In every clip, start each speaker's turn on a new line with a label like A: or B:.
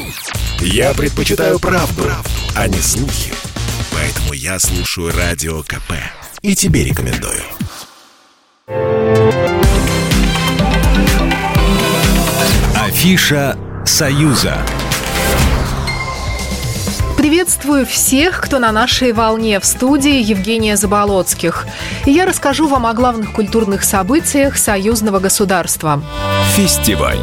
A: Я предпочитаю правду, а не слухи. Поэтому я слушаю Радио КП. И тебе рекомендую.
B: Афиша «Союза».
C: Приветствую всех, кто на нашей волне. В студии Евгения Заболоцких. И я расскажу вам о главных культурных событиях союзного государства.
B: Фестиваль.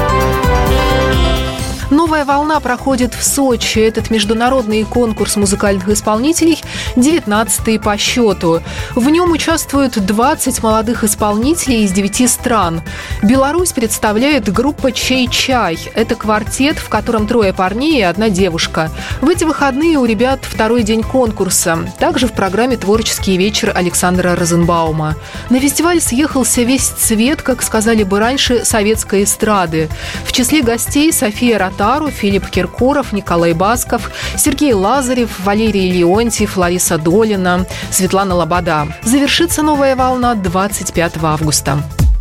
C: «Новая волна» проходит в Сочи. Этот международный конкурс музыкальных исполнителей 19-й по счету. В нем участвуют 20 молодых исполнителей из 9 стран. Беларусь представляет группа «Чай-чай». Это квартет, в котором 3 парней и 1 девушка. В эти выходные у ребят 2-й день конкурса. Также в программе «Творческий вечер» Александра Розенбаума. На фестиваль съехался весь цвет, как сказали бы раньше, советской эстрады. В числе гостей София Ротару, Филипп Киркоров, Николай Басков, Сергей Лазарев, Валерий Леонтьев, Лариса Долина, Светлана Лобода. Завершится «Новая волна» 25 августа.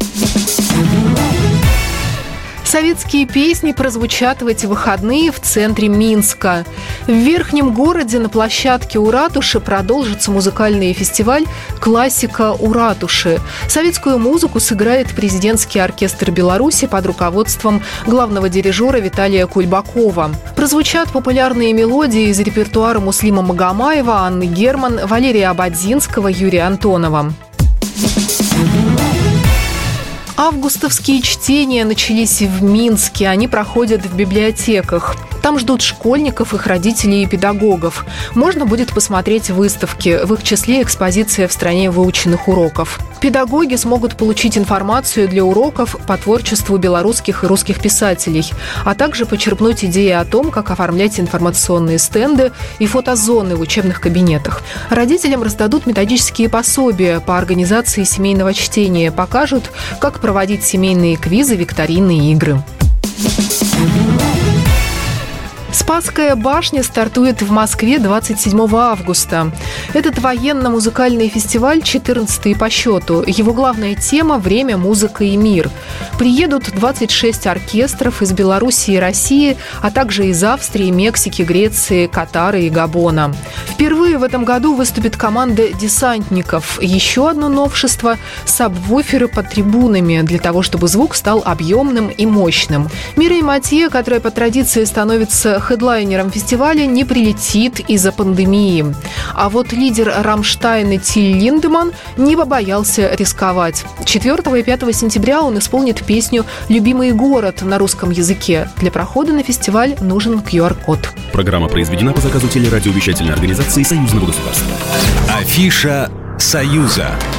C: Советские песни прозвучат в эти выходные в центре Минска. В Верхнем городе на площадке у ратуши продолжится музыкальный фестиваль «Классика у ратуши». Советскую музыку сыграет президентский оркестр Беларуси под руководством главного дирижера Виталия Кульбакова. Прозвучат популярные мелодии из репертуара Муслима Магомаева, Анны Герман, Валерия Ободзинского, Юрия Антонова. Августовские чтения начались в Минске. Они проходят в библиотеках. Там ждут школьников, их родителей и педагогов. Можно будет посмотреть выставки, в их числе экспозиция «В стране выученных уроков». Педагоги смогут получить информацию для уроков по творчеству белорусских и русских писателей, а также почерпнуть идеи о том, как оформлять информационные стенды и фотозоны в учебных кабинетах. Родителям раздадут методические пособия по организации семейного чтения, покажут, как проводить семейные квизы, викторины и игры. «Спасская башня» стартует в Москве 27 августа. Этот военно-музыкальный фестиваль 14-й по счету. Его главная тема – время, музыка и мир. Приедут 26 оркестров из Беларуси и России, а также из Австрии, Мексики, Греции, Катара и Габона. Впервые в этом году выступит команда десантников. Еще одно новшество – сабвуферы под трибунами, для того, чтобы звук стал объемным и мощным. Мирей Матье, которая по традиции становится хедлайнером фестиваля, не прилетит из-за пандемии. А вот лидер Рамштайна Тиль Линдеманн не побоялся рисковать. 4 и 5 сентября он исполнит песню «Любимый город» на русском языке. Для прохода на фестиваль нужен QR-код.
B: Программа произведена по заказу телерадиовещательной организации Союзного государства. Афиша «Союза».